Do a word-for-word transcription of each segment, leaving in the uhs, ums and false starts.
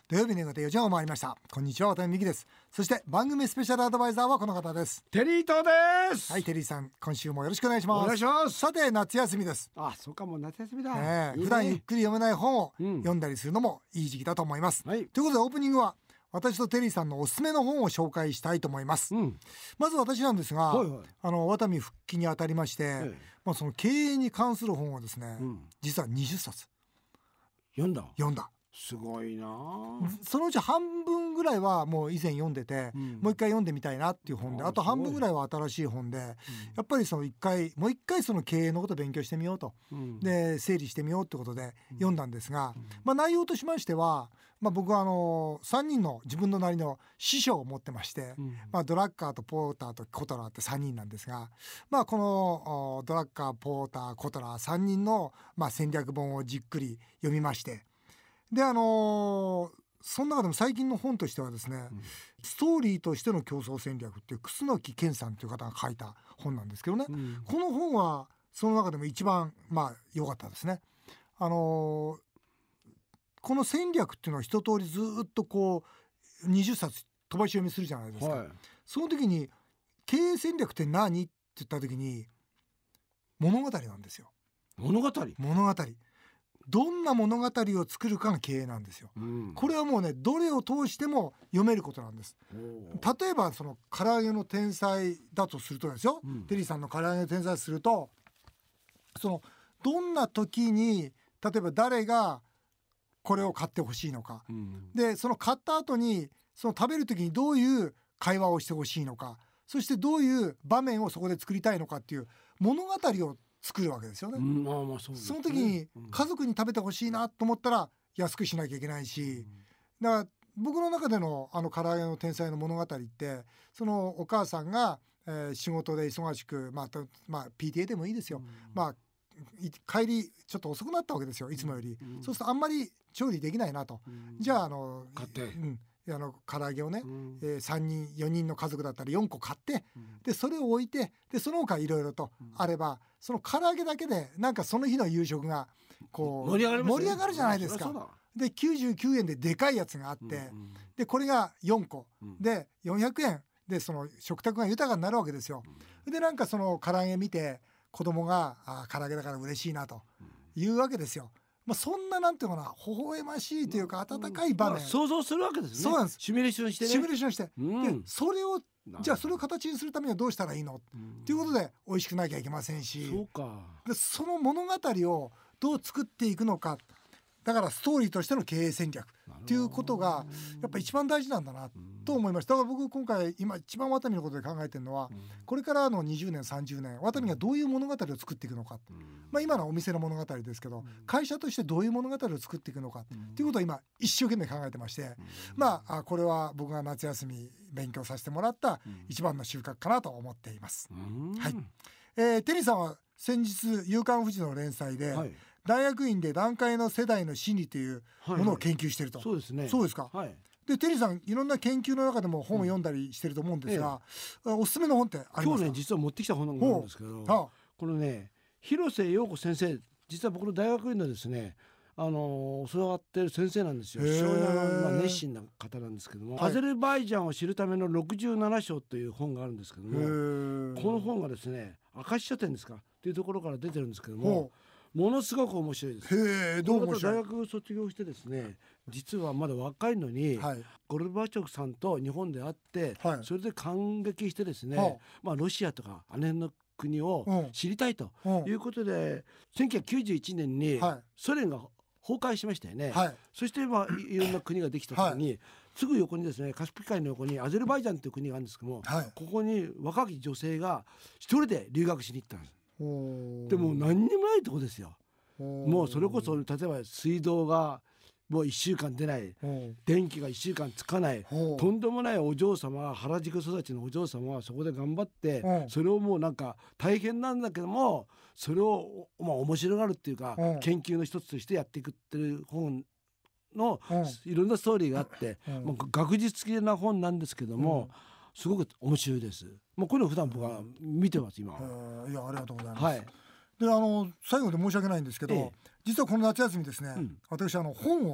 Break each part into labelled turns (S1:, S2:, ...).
S1: 土曜日の夕方よじはんを回りました。こんにちは、渡辺美希です。そして番組スペシャルアドバイザーはこの方です。
S2: テリー東です。
S1: はい、テリーさん、今週もよろしくお願いします。
S2: お願いします。
S1: さて、夏休みです。
S2: あ、そうか、もう夏休みだ、
S1: ね、
S2: いいね。
S1: 普段ゆっくり読めない本を
S2: うん
S1: 読んだりするのもいい時期だと思います、
S2: はい、
S1: ということでオープニングは私とテリーさんのおすすめの本を紹介したいと思います、
S2: うん、
S1: まず私なんですが、
S2: はいはい、
S1: あのワタミ復帰にあたりまして、
S2: はい、
S1: まあ、その経営に関する本をですね、
S2: うん、
S1: 実はにじゅっさつ
S2: 読んだ
S1: 読んだ。
S2: すごいな。
S1: そのうち半分ぐらいはもう以前読んでて、うん、もう一回読んでみたいなっていう本で、あと半分ぐらいは新しい本で、うん、やっぱりその一回もう一回その経営のことを勉強してみようと、うん、で整理してみようってことで読んだんですが、うん、まあ、内容としましては、まあ、僕はあのさんにんの自分のなりの師匠を持ってまして、うん、まあ、ドラッカーとポーターとコトラーってさんにんなんですが、まあ、このドラッカー、ポーター、コトラーさんにんのまあ戦略本をじっくり読みまして、であのー、その中でも最近の本としてはですね、うん、ストーリーとしての競争戦略っていう楠木健さんという方が書いた本なんですけどね、うん、この本はその中でも一番まあ良かったですね。あのー、この戦略っていうのは一通りずっとこうにじゅっさつ飛ばし読みするじゃないですか、はい、その時に経営戦略って何って言った時に物語なんですよ。
S2: 物語
S1: 物語どんな物語を作るかが経営なんですよ、うん、これはもうねどれを通しても読めることなんです。例えばその唐揚げの天才だとするとですよ、うん、テリーさんの唐揚げの天才すると、そのどんな時に例えば誰がこれを買ってほしいのか、うん、でその買った後にその食べる時にどういう会話をしてほしいのか、そしてどういう場面をそこで作りたいのかっていう物語を作るわけですよね、うんまあまあそうですね。その時に家族に食べてほしいなと思ったら安くしなきゃいけないし、だから僕の中でのあの唐揚げの天才の物語ってそのお母さんが、えー、仕事で忙しく、まあまあ、ピーティーエー でもいいですよ、まあ帰りちょっと遅くなったわけですよいつもより、そうするとあんまり調理できないなと、じゃああの買って、うんあの唐揚げをね、うんえー、さんにんよにんの家族だったらよんこ買って、うん、でそれを置いてでその他いろいろとあれば、うん、その唐揚げだけでなんかその日の夕食がこう盛り上がりますね、盛り上がるじゃないですか。できゅうじゅうきゅうえんででかいやつがあって、うんうん、でこれがよんこ、うん、でよんひゃくえんでその食卓が豊かになるわけですよ、うん、でなんかその唐揚げ見て子供があ唐揚げだから嬉しいなというわけですよ。まあ、そんななんていうかな微笑ましいというか温かい場面、まあ、
S2: 想像するわけですね。そうなんです。シミュレーションしてね。
S1: シミュレーションして、うん、でそれをじゃあそれを形にするためにはどうしたらいいの、うん、ということで美味しくなきゃいけませんし、
S2: そうか。で
S1: その物語をどう作っていくのか、だからストーリーとしての経営戦略っていうことがやっぱ一番大事なんだなと思いました。だから僕今回今一番ワタミのことで考えてるのは、これからのにじゅうねんさんじゅうねんワタミがどういう物語を作っていくのか、まあ、今のお店の物語ですけど会社としてどういう物語を作っていくのかっていうことを今一生懸命考えてまして、まあこれは僕が夏休み勉強させてもらった一番の収穫かなと思っています。はい、えー、テリーさんは先日夕刊フジの連載で、はい、大学院で団塊の世代の心理というものを研究していると、はいはい、そうですね。そうですか、はい、でテリーさんいろんな研究の中でも本を読んだりしてると思うんですが、うんええ、おすすめの本ってありますか？
S2: 今日ね実は持ってきた本があるんですけど、はあ、このね広瀬陽子先生、実は僕の大学院のですねあの教わってる先生なんですよ。非常にまあ熱心な方なんですけども、はい、アゼルバイジャンを知るためのろくじゅうななしょうという本があるんですけども、この本がですね明石書店ですかっていうところから出てるんですけども、ものすごく面白いです。
S1: へえ、どう面白い。
S2: 大学卒業してですね実はまだ若いのに、はい、ゴルバチョフさんと日本で会って、はい、それで感激してですね、はい、まあ、ロシアとかあの辺の国を知りたいということで、うん、せんきゅうひゃくきゅうじゅういちねんにソ連が崩壊しましたよね、はい、そしてまあいろんな国ができた時に、はい、すぐ横にですねカスピ海の横にアゼルバイジャンという国があるんですけども、はい、ここに若き女性が一人で留学しに行ったんです。でも何にもないとこですよ。もうそれこそ例えば水道がもういっしゅうかん出ない、電気がいっしゅうかんつかない、とんでもないお嬢様、原宿育ちのお嬢様はそこで頑張って、それをもうなんか大変なんだけどもそれをまあ面白がるっていうか研究の一つとしてやっていくっていう本のいろんなストーリーがあって、もう学術的な本なんですけどもすごく面白いです。もうこれを普段僕は見てます今。
S1: いやありがとうございます、
S2: はい、
S1: であの最後で申し訳ないんですけど、ええ、実はこの夏休みですね、うん、私あの本を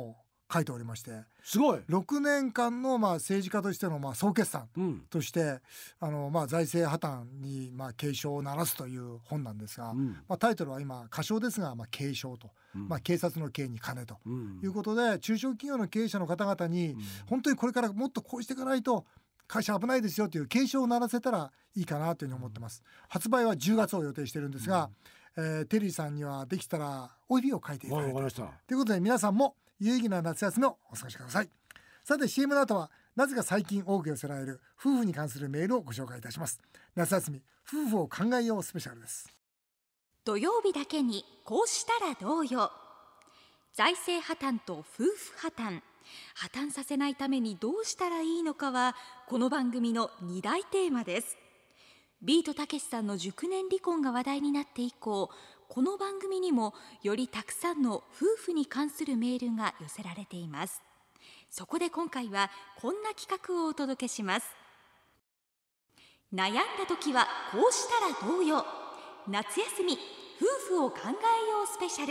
S1: 書いておりまして、
S2: すごい
S1: ろくねんかんのまあ政治家としてのまあ総決算として、うん、あのまあ財政破綻にまあ警鐘を鳴らすという本なんですが、うん、まあ、タイトルは今仮称ですが、まあ警鐘と、うん、まあ、警察の警に金ということで、うん、中小企業の経営者の方々に、うん、本当にこれからもっとこうしていかないと会社危ないですよという警鐘を鳴らせたらいいかなというふうに思ってます。発売はじゅうがつを予定しているんですが、うん、えー、テリーさんにはできたら帯を書いていただいてということで、皆さんも有意義な夏休みをお過ごしください。さて シーエム の後はなぜか最近多く寄せられる夫婦に関するメールをご紹介いたします。夏休み夫婦を考えようスペシャルです。
S3: 土曜日だけにこうしたらどうよ。財政破綻と夫婦破綻、破綻させないためにどうしたらいいのかはこの番組のに大テーマです。ビートたけしさんの熟年離婚が話題になって以降、この番組にもよりたくさんの夫婦に関するメールが寄せられています。そこで今回はこんな企画をお届けします。悩んだ時はこうしたらどうよ。夏休み夫婦を考えようスペシャル。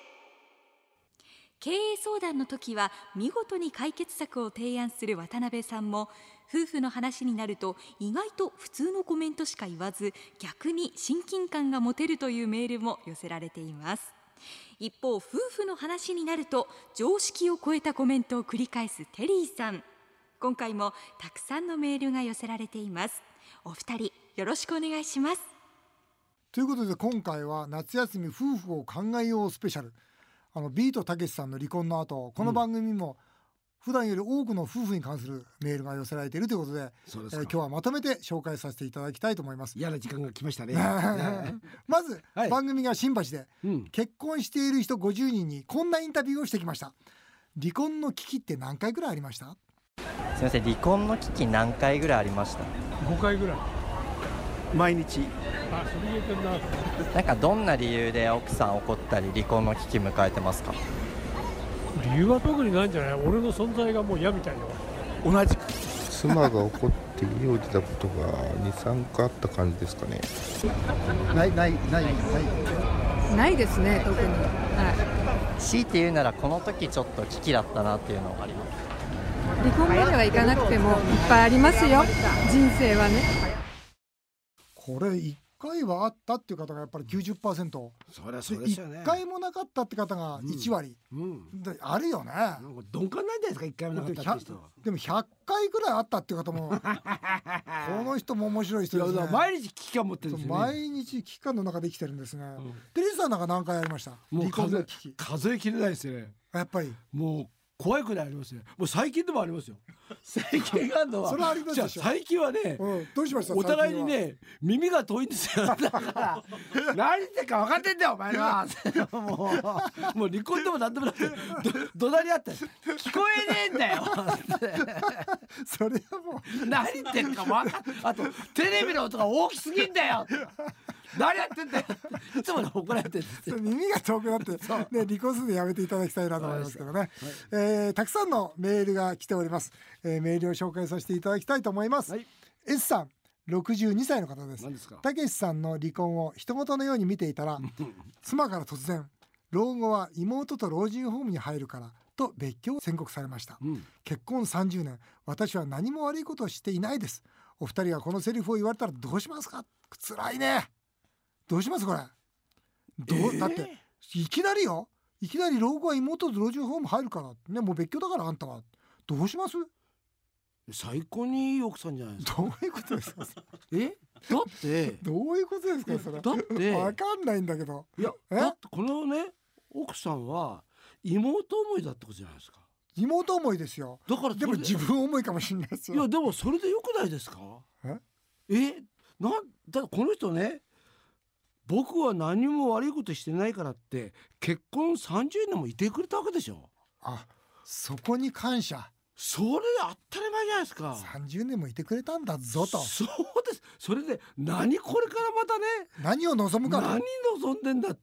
S3: 経営相談の時は見事に解決策を提案する渡辺さんも、夫婦の話になると意外と普通のコメントしか言わず、逆に親近感が持てるというメールも寄せられています。一方、夫婦の話になると常識を超えたコメントを繰り返すテリーさん。今回もたくさんのメールが寄せられています。お二人よろしくお願いします。
S1: ということで今回は夏休み夫婦を考えようスペシャル。あのビートたけしさんの離婚の後、この番組も普段より多くの夫婦に関するメールが寄せられているということで、そうですか、えー、今日はまとめて紹介させていただきたいと思います。
S2: 嫌な時間が来ましたね
S1: まず、はい、番組が新橋で、うん、結婚している人ごじゅうにんにこんなインタビューをしてきました。離婚の危機って何回ぐらいありました？
S4: すみません、離婚の危機何回ぐらいありました？
S5: ごかいぐらい。
S2: 毎日。
S5: あ、それ言うてんな。
S4: なんかどんな理由で奥さん怒ったり離婚の危機迎えてますか？
S5: 理由は特にないんじゃない？俺の存在がもう嫌みたいよ。
S2: 同じく
S6: 妻が怒って家を出たことがに、さんかいあった感じですかね。
S1: ないないないない
S7: ないですね、特に。は
S4: い。強いて言うならこの時ちょっと危機だったなっていうのがあります。
S7: 離婚まではいかなくてもいっぱいありますよ、人生はね。
S1: これいっかいはあったっていう方がやっぱり きゅうじゅっパーセント、
S2: そりゃそうですよね。
S1: いっかいもなかったって方がいちわり、うんうん、であるよね。なんか
S2: 鈍感なんじゃないですか、いっかいもなかったって人。
S1: でもひゃっかいぐらいあったっていう方もこの人も面白い人ですね。
S2: 毎日危機感持ってるんですよね。
S1: 毎日危機感の中で生きてるんですね、うん、テリーさんなんか何回ありました？
S2: もう数, 数えきれないですよね。
S1: やっぱり
S2: もう怖いくらいありますね。もう最近でもありますよ。最近あるのは
S1: それありますでしょ。
S2: 最近はね、うん、どうしました？お互いにね耳が遠いんですよ。だから何言ってるか分かってんだよお前は。もうもう離婚でも何でもなくてどなり合って聞こえねえんだよ。
S1: それはも
S2: う何言ってるか分かっあとテレビの音が大きすぎんだよ。何やってんだよ。いつもの怒られてるんですよ。
S1: 耳が遠くなって、ね、離婚するのやめていただきたいなと思いますけどね、はい、えー、たくさんのメールが来ております、えー、メールを紹介させていただきたいと思います、はい、S さんろくじゅうにさいの方です。
S2: 何ですか？
S1: たけしさんの離婚を人事のように見ていたら妻から突然老後は妹と老人ホームに入るからと別居を宣告されました、うん、結婚さんじゅうねん、私は何も悪いことをしていないです。お二人がこのセリフを言われたらどうしますか？辛いね。どうしますこれ？どう、えー、だっていきなりよ、いきなり老後は妹と老人ホーム入るからね、もう別居だからあんたはどうします？
S2: 最高にいい奥さんじゃないですか。
S1: どういうことですか？
S2: えだって
S1: どういうことですかそれ？
S2: だって
S1: 分かんないんだけど。
S2: いやだってこのね奥さんは妹思いだってことじゃないですか。
S1: 妹思いですよ。
S2: だから
S1: でも自分思いかもしれないですよ。
S2: いやでもそれでよくないですか？ええなんだこの人ね、僕は何も悪いことしてないからって結婚さんじゅうねんもいてくれたわけでしょ。
S1: あ、そこに感謝。
S2: それ当たり前じゃないですか。
S1: さんじゅうねんもいてくれたんだぞと。
S2: そうです。それで何これからまたね
S1: 何を望むかと。
S2: 何望んでんだって。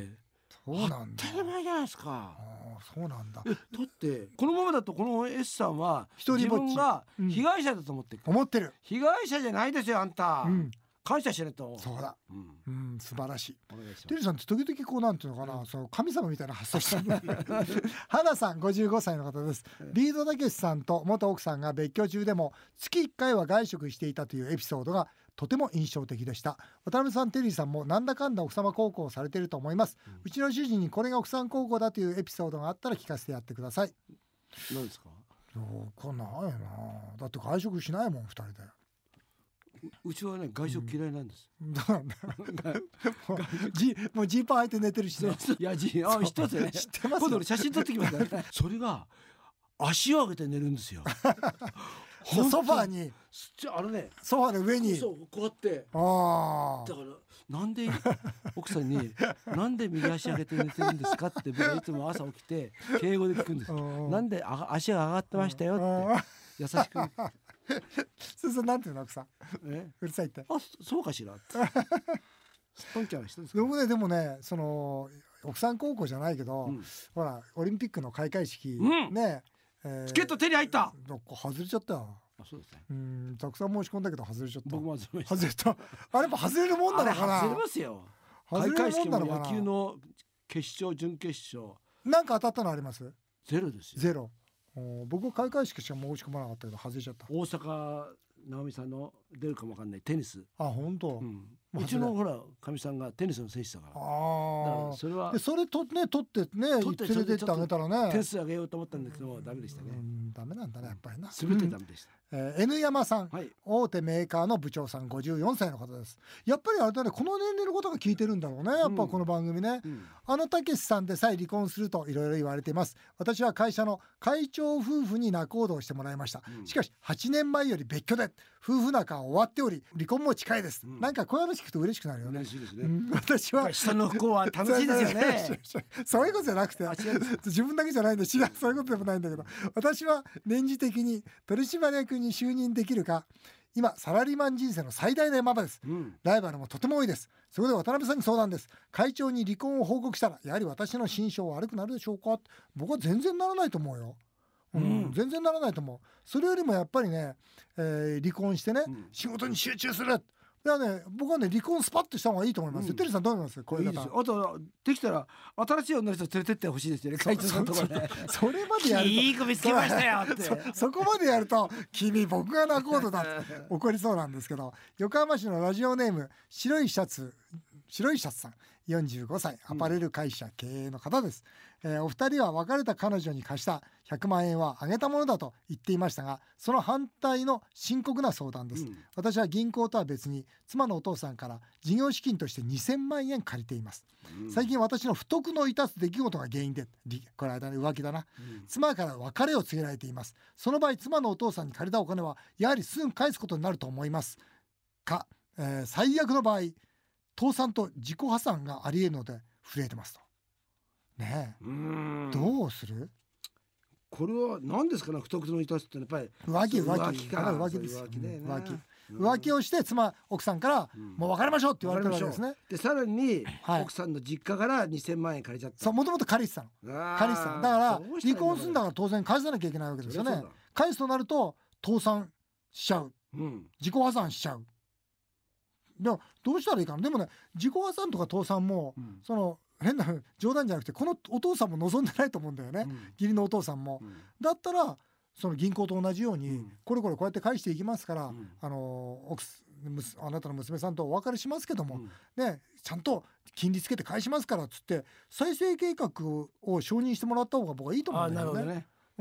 S1: そうなんだ。
S2: 当たり前じゃないですか。
S1: あ、そうなんだ。
S2: だってこのままだとこの S さんは自分が被害者だと思ってる、
S1: うん、思ってる。
S2: 被害者じゃないですよあんた、うん、 感謝しないと。
S1: そうだ、うん、うん、素晴らしい。
S2: い
S1: テリーさんって時々こうなんていうのかな、うん、その神様みたいな発想してる花さんごじゅうごさいの方です。ビートたけしさんと元奥さんが別居中でも月いっかいは外食していたというエピソードがとても印象的でした。渡辺さん、テリーさんもなんだかんだ奥様孝行をされていると思います、うん、うちの主人にこれが奥さん孝行だというエピソードがあったら聞かせてやってください。
S2: 何ですか？
S1: こんなんないな。だって外食しないもんふたりで。
S2: うちはね外食嫌いなんです、
S1: うん、どうなんだジもうジーパン履いて寝てるしね。
S2: いやジーあ一つね知ってます。今度俺写真撮ってきますから、ね、それが足を上げて寝るんですよ
S1: ソファーに
S2: あのね
S1: ソファーの上に
S2: そうこうやって
S1: あ
S2: だからなんで奥さんになんで右足上げて寝てるんですかって僕はいつも朝起きて敬語で聞くんです。なんであ足が上がってましたよって優しく
S1: そうそうなんていうの奥さん
S2: え
S1: うるさいって
S2: あそうかしらってすっとんちゃう人ですか。
S1: でもねでもねその奥さん孝行じゃないけど、うん、ほらオリンピックの開会式、うん、ね、
S2: えー、チケット手に入った
S1: 外れちゃったよ。
S2: あそうですね。
S1: うんたくさん申し込んだけど外れちゃった。
S2: 僕も外れ
S1: 外れた。あれやっぱ外れるもんなのかな。
S2: 外れますよ。開会式も野球の決勝準決勝
S1: なんか当たったのあります？
S2: ゼロですよ。
S1: ゼロ。僕は開会式しか申し込まなかったけど外れちゃった。
S2: 大阪直美さんの出るかもわかんないテニス。
S1: あ本当。
S2: うんうちのほらかみさんがテニスの選手だから。
S1: あ
S2: あ。それは
S1: でそれとね取ってね連れてってあげたらね。
S2: テニスあげようと思ったんだけどダメでしたね。
S1: うんダメなんだねやっぱりな。
S2: すべてダメでした。
S1: えー、N 山さん、はい、大手メーカーの部長さんごじゅうよんさいの方です。やっぱりあれだねこの年齢のことが聞いてるんだろうねやっぱこの番組ね、うんうん、あのたけしさんでさえ離婚するといろいろ言われています。私は会社の会長夫婦に仲人をしてもらいました、うん、しかしはちねんまえより別居で夫婦仲は終わっており離婚も近いです、うん、なんかこういう話聞くと嬉しくなるよね。
S2: 嬉しいですね、
S1: うん、私は
S2: 下の不幸は楽しいですよね
S1: そういうことじゃなくて自分だけじゃないんで違うそういうことでもないんだけど私は年次的に取締役に就任できるか今サラリーマン人生の最大の山場です、うん、ライバルもとても多いです。そこで渡辺さんに相談です。会長に離婚を報告したらやはり私の心象悪くなるでしょうか。僕は全然ならないと思うよ、うんうん、全然ならないと思う。それよりもやっぱりね、えー、離婚してね、うん、仕事に集中する。いやね、僕はね離婚スパッとした方がいいと思います、うん、テリーさんどう思います？こういう方いいですよ。
S2: あとできたら新しい女の人連れてってほしいですよね。会長さんとかね
S1: それまでやると
S2: いい子見つけましたよって
S1: そ, そこまでやると君僕が仲人だって怒りそうなんですけど横浜市のラジオネーム白いシャツ白いシャツさんよんじゅうごさいアパレル会社経営の方です、うんえー、お二人は別れた彼女に貸したひゃくまんえんはあげたものだと言っていましたがその反対の深刻な相談です、うん、私は銀行とは別に妻のお父さんから事業資金としてにせんまんえん借りています、うん、最近私の不徳の致す出来事が原因でこれ間ね浮気だな、うん、妻から別れを告げられています。その場合妻のお父さんに借りたお金はやはりすぐ返すことになると思いますか、えー、最悪の場合倒産と自己破産があり得るので震えてますとねえ。うーんどうする？
S2: これは何ですかね。不徳の致すってやっぱり
S1: 浮気浮気か浮気ですよ。浮気、ね、浮気浮気をして妻奥さんから、うん、もう別れましょうって言われてるわけですね。
S2: でさらに、はい、奥さんの実家からにせんまんえん借りちゃった。
S1: そうもともと借りてたの借りてたのだから離婚するんだから当然返さなきゃいけないわけですよね。返すとなると倒産しちゃう、うん、自己破産しちゃう。でもどうしたらいいかな。でもね自己破産とか倒産も、うん、その変な冗談じゃなくてこのお父さんも望んでないと思うんだよね、うん、義理のお父さんも、うん、だったらその銀行と同じように、うん、これこれこうやって返していきますから、うん、あの奥あなたの娘さんとお別れしますけども、うん、ねちゃんと金利つけて返しますからっつって再生計画を承認してもらった方が僕はいいと思うんだよね。あ、なるほどね、うん、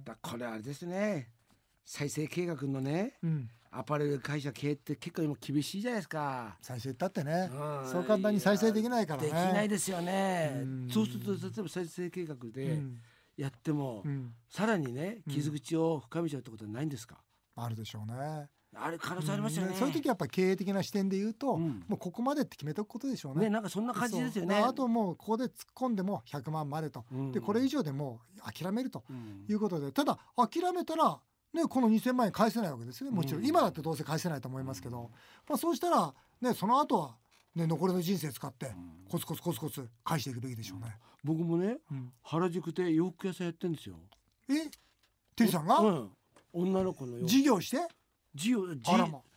S1: だ
S2: これあれですね再生計画のね、うんアパレル会社経営って結構今厳しいじゃないですか。
S1: 再生だってね、うん、そう簡単に再生できないからね。
S2: できないですよね、うん、そうすると例えば再生計画でやっても、うん、さらにね傷口を深めちゃうってことはないんですか？
S1: あるでしょうね。
S2: あれ可能性ありますよね、
S1: うん、そういう時やっぱり経営的な視点で言うと、うん、もうここまでって決めておくことでしょうね。
S2: ねなんかそんな感じですよね。
S1: あともうここで突っ込んでもひゃくまんまでと、うん、でこれ以上でもう諦めるということで、ただ諦めたらね、このにせんまんえん返せないわけですよね。もちろん、うん、今だってどうせ返せないと思いますけど、うんまあ、そうしたら、ね、その後は、ね、残りの人生使ってコツコツコツコツ返していくべきでしょうね。
S2: 僕もね、うん、原宿で洋服屋さんやってるんですよ。
S1: えテリーさんが、
S2: うん、女の子の
S1: 事業して
S2: 事業
S1: あら、ま、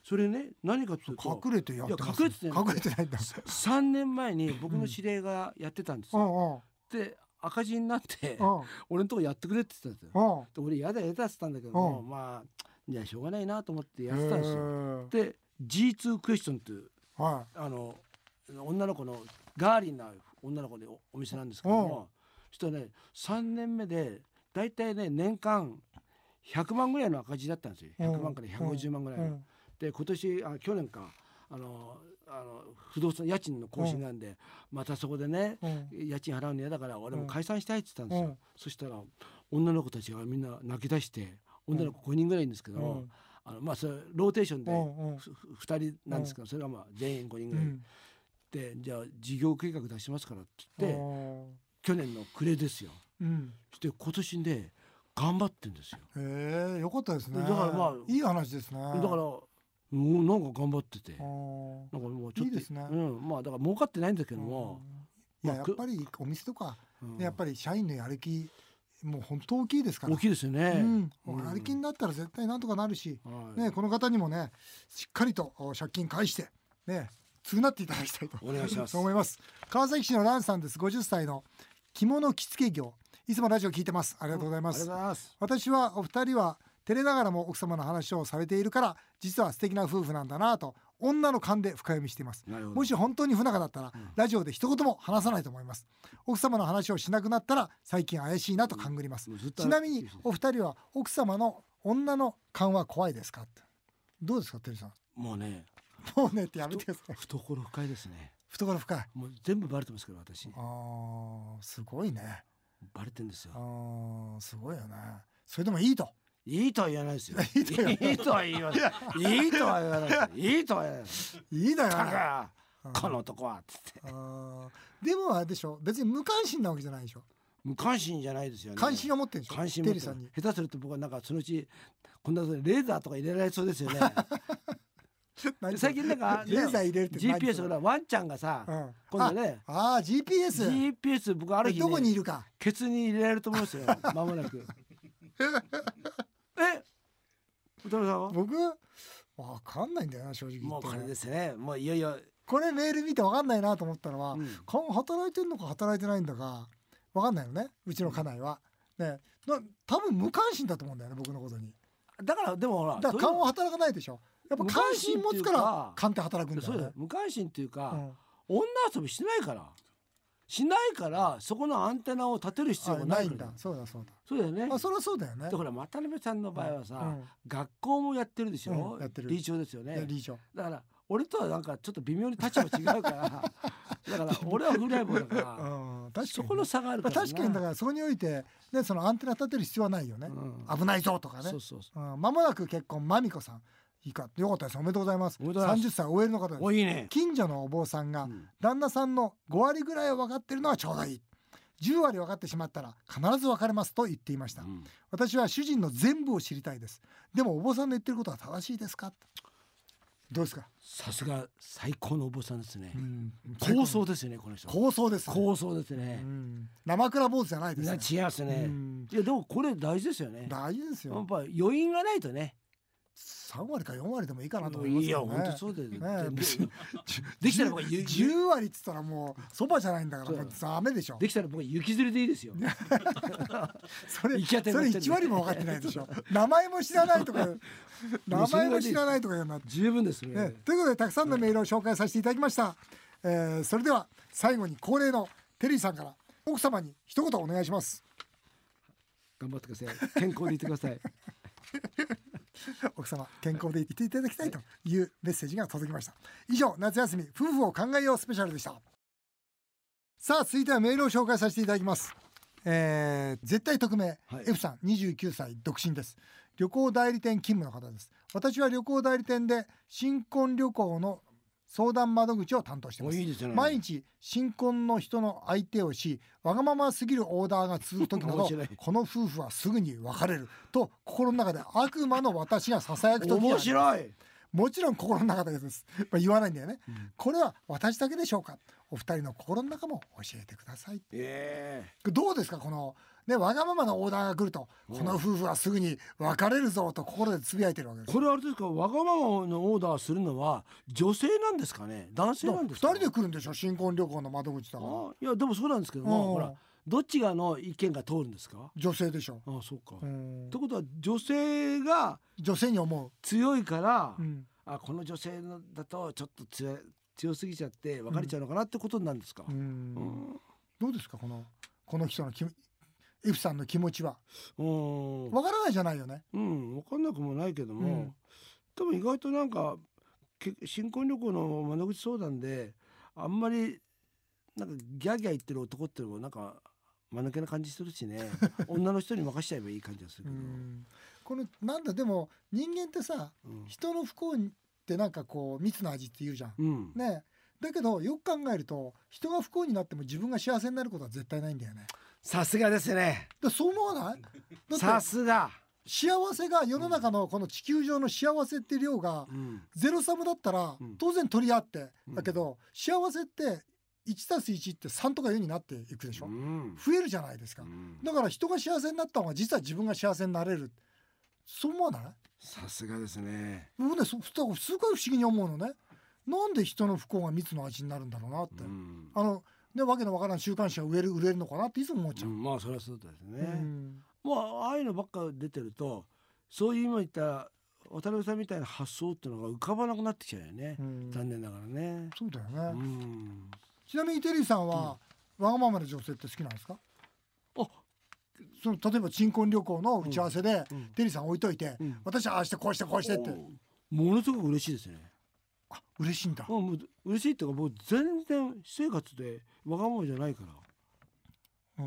S2: それね何かというと
S1: 隠れてやってます。
S2: いや隠れて
S1: 隠れてないんだ。
S2: さんねんまえに僕の知り合いがやってたんですよ、うん、で赤字になって、うん、俺のとこやってくれって言ってたんですよ、うん、で俺やだやだって言ったんだけども、うん、まあじゃあしょうがないなと思ってやってたんですよ。で ジーツー クエスチョンっていう、はい、あの女の子のガーリーな女の子で お, お店なんですけども、そしたらねさんねんめでだいたいね年間ひゃくまんぐらいの赤字だったんですよ。ひゃくまんからひゃくごじゅうまんぐらいの、うん、で今年あ去年かあのあの不動産家賃の更新なんで、うん、またそこでね、うん、家賃払うの嫌だから俺も解散したいって言ったんですよ、うん、そしたら女の子たちがみんな泣き出して女の子ごにんぐらいいるんですけど、うん、あのまあそれローテーションでふたりなんですけど、それがまあ全員ごにんぐらい、うん、でじゃあ事業計画出しますからって言って去年の暮れですよ、うん、そして今年で頑張ってんですよ。
S1: へえ、よかったですね。
S2: だからまあ
S1: いい話ですね。
S2: だからうん、なんか頑張っててなんかもうちょっといいですね、うん、まあだから儲かってないんだけども、
S1: いややっぱりお店とか、うん、やっぱり社員のやる気もう本当大きいですから。
S2: 大きいですよね、
S1: うん、やる気になったら絶対なんとかなるし、うんね、この方にもねしっかりと借金返してね償っていただきたいと
S2: お願いします
S1: と思います。川崎市のランさんです。ごじゅっさいの着物着付け業、いつもラジオ聞いてます。ありがとうございます。
S2: うん、ありがとうございます。
S1: 私はお二人は照れながらも奥様の話をされているから実は素敵な夫婦なんだなと女の勘で深読みしています。もし本当に不仲だったら、うん、ラジオで一言も話さないと思います。奥様の話をしなくなったら最近怪しいなと勘ぐります、うん、ちなみにお二人は奥様の女の勘は怖いですかって。どうですかテリーさん。
S2: もうね
S1: もうねってやめてください。
S2: 懐深いですね。
S1: 懐深い。
S2: もう全部バレてますから私。
S1: あすごいね。
S2: バレてんですよ。
S1: あすごいよね。それでもいいと
S2: いいとは言わないですよ。いいとは言わない。いいとは言わない。いいとは言わない。
S1: いいだよ
S2: ね。この男はつって。
S1: でもあれでしょ。別に無関心なわけじゃないでしょ。
S2: 無関心じゃないですよね。
S1: 関心を持ってるでしょ。
S2: 関心持ってる。下手すると僕はなんかそのうちこんなレーザーとか入れられそうですよね。最近なんか
S1: レーザー入れるって
S2: ジーピーエス ほらワンちゃんがさ今度ね
S1: ああ ジーピーエス
S2: ジーピーエス 僕ある日
S1: どこにいるか
S2: ケツに入れられると思いますよ。間もなく。え歌丸さんは。
S1: 僕わかんないんだよな正直言って。
S2: もうこれですね。もういよいよ
S1: これメール見てわかんないなと思ったのは、うん、働いてんのか働いてないんだかわかんないのねうちの家内は、ね、多分無関心だと思うんだよね僕のことに。
S2: だからでもほら
S1: だから勘は働かないでしょ。やっぱ関心持つから勘って働くんだよね。
S2: そうだよ無関心っていうか、うん、女遊びしてないからしないからそこのアンテナを立てる必要がないんだ。
S1: そうだそうだ
S2: そうだよね。
S1: あそれはそうだよね。
S2: だから渡辺さんの場合はさ、うん、学校もやってるでしょ、うん、やってる理事長ですよね。
S1: 理事長
S2: だから俺とはなんかちょっと微妙に立場違うからだから俺はフライボーだから、うん、確かにそこの差があるからな。
S1: 確かにだからそこにおいて、ね、そのアンテナ立てる必要はないよね、うん、危ないぞとかね。
S2: そうそうそう、
S1: うん、間もなく結婚まみこさんいいかよかったです。おめでとうございます。さんじゅっさい オーエル の方です。
S2: おいいね。
S1: 近所のお坊さんが、うん、旦那さんのごわりぐらいを分かってるのはちょうどいい、じゅうわり分かってしまったら必ず別れますと言っていました、うん、私は主人の全部を知りたいです。でもお坊さんの言ってることは正しいですか。どうですか。
S2: さすが最高のお坊さんですね、うん、高僧ですよねこの人。
S1: 高僧です、ね、
S2: 高僧ですね、
S1: うん、生倉坊主じゃないですね。
S2: 違いますね、うん、いやでもこれ大事ですよね。
S1: 大事ですよ。
S2: やっぱ余韻がないとね。
S1: さんわりかよんわりでもいいかなと思います
S2: けどね。いや本当そうだよね。できたら僕は
S1: じゅうわりっつったらもうそばじゃないんだからダメでしょ。
S2: できたら僕は雪吊りでいいですよ。
S1: それそれいちわりも分かってないでしょ。名前も知らないとか名前も知らないとか言うのは
S2: 十分ですね。
S1: ということでたくさんのメールを紹介させていただきました、えー、それでは最後に恒例のテリーさんから奥様に一言お願いします。
S2: 頑張ってください。健康でいてください。
S1: 奥様健康でいていただきたいというメッセージが届きました。以上夏休み夫婦を考えようスペシャルでした。さあ続いてはメールを紹介させていただきます、えー、絶対匿名、はい、F さんにじゅうきゅうさい独身です。旅行代理店勤務の方です。私は旅行代理店で新婚旅行の相談窓口を担当しています。
S2: いいですよね。
S1: 毎日新婚の人の相手をしわがまますぎるオーダーが続く時などこの夫婦はすぐに別れると心の中で悪魔の私がささやく時があります。
S2: 面白い。
S1: もちろん心の中でです、まあ、言わないんだよね、うん、これは私だけでしょうか。お二人の心の中も教えてください、
S2: え
S1: ー、どうですかこのね、わがままなオーダーが来ると、この夫婦はすぐに別れるぞと心でつぶやいてるわけです。
S2: これあれですか、わがままのオーダーをするのは女性なんですかね、男性なんですか。
S1: ふたりで来るんでしょ、新婚旅行の窓口だから。
S2: あ、いやでもそうなんですけども、ほらどっちがの意見が通るんですか。
S1: 女性でしょ。
S2: ああ、そうか。ってことは女性が
S1: 女性に思う
S2: 強いから、
S1: うん、あ、
S2: この女性のだとちょっと強強すぎちゃって別れちゃうのかなってことなんですか。うん、うん、
S1: どうですか、このこの人のき F さんの気持ちは。うんわからないじゃないよね。
S2: うん分かんなくもないけども、うん、多分意外となんか新婚旅行の窓口相談であんまりなんかギャーギャー言ってる男っていうのもなんか間抜けな感じするしね女の人に任しちゃえばいい感じがするけど
S1: このなんだでも人間ってさ、うん、人の不幸ってなんかこう蜜の味って言うじゃん、うん、ね。だけどよく考えると人が不幸になっても自分が幸せになることは絶対ないんだよね。
S2: さすがですね。
S1: だそう思わない？
S2: さすが。
S1: 幸せが世の中のこの地球上の幸せって量がゼロサムだったら当然取り合って、だけど幸せっていちたすいちってさんとかよになっていくでしょ、うん、増えるじゃないですか、うん、だから人が幸せになった方が実は自分が幸せになれる。そう思わない？
S2: さすがですね。
S1: 僕ね、すごい不思議に思うのね。なんで人の不幸が蜜の味になるんだろうなって、うん、あのね、わけのわからん週刊誌が売れる売れるのかなっていつも思っちゃう、
S2: うん、まあそれはそうですね、うん、もうああいうのばっか出てるとそういう今言った渡辺さんみたいな発想っていうのが浮かばなくなってきちゃうよね、うん、残念ながらね。
S1: そうだよね、うん、ちなみにテリーさんは、うん、わがままな女性って好きなんですか？あ、その例えば新婚旅行の打ち合わせで、うん、テリーさん置いといて、うん、私はああしてこうしてこうしてって
S2: ものすごく嬉しいですね。
S1: あ、嬉しいんだ。
S2: もう嬉しいっていうかもう全然私生活でわがままじゃないから、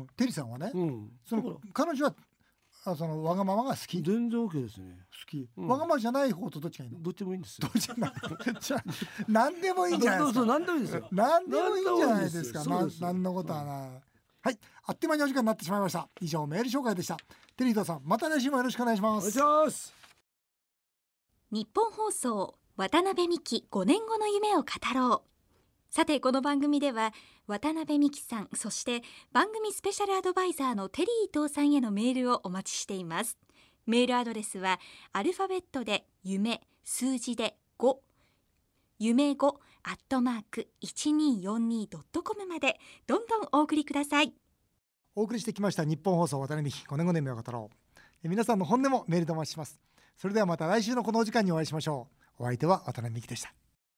S1: うん、テリーさんはね、うん、その彼女はあそのわがままが好き。
S2: 全然 OK ですね。
S1: 好き、うん、わがままじゃない方とどっちがいいの？
S2: どっちもいいんですよ。
S1: どっちもじゃあ何でもいいんじゃないですか。
S2: そうそう何でもいいですよ。
S1: 何でもいいんじゃないですか。何のことはな、うん、はい、あっという間にお時間になってしまいました。以上メール紹介でした。テリーさん、また来週もよろしくお願いします。
S2: お願いします。
S3: 日本放送渡辺美希ごねんごの夢を語ろう。さてこの番組では渡辺美希さん、そして番組スペシャルアドバイザーのテリー伊藤さんへのメールをお待ちしています。メールアドレスはアルファベットで夢、数字でご、夢ごアットマーク いちにーよんにードットコム までどんどんお送りください。
S1: お送りしてきました日本放送渡辺美希ごねんごの夢を語ろう。皆さんの本音もメールでお待ちします。それではまた来週のこのお時間にお会いしましょう。お相手は渡辺美希でした。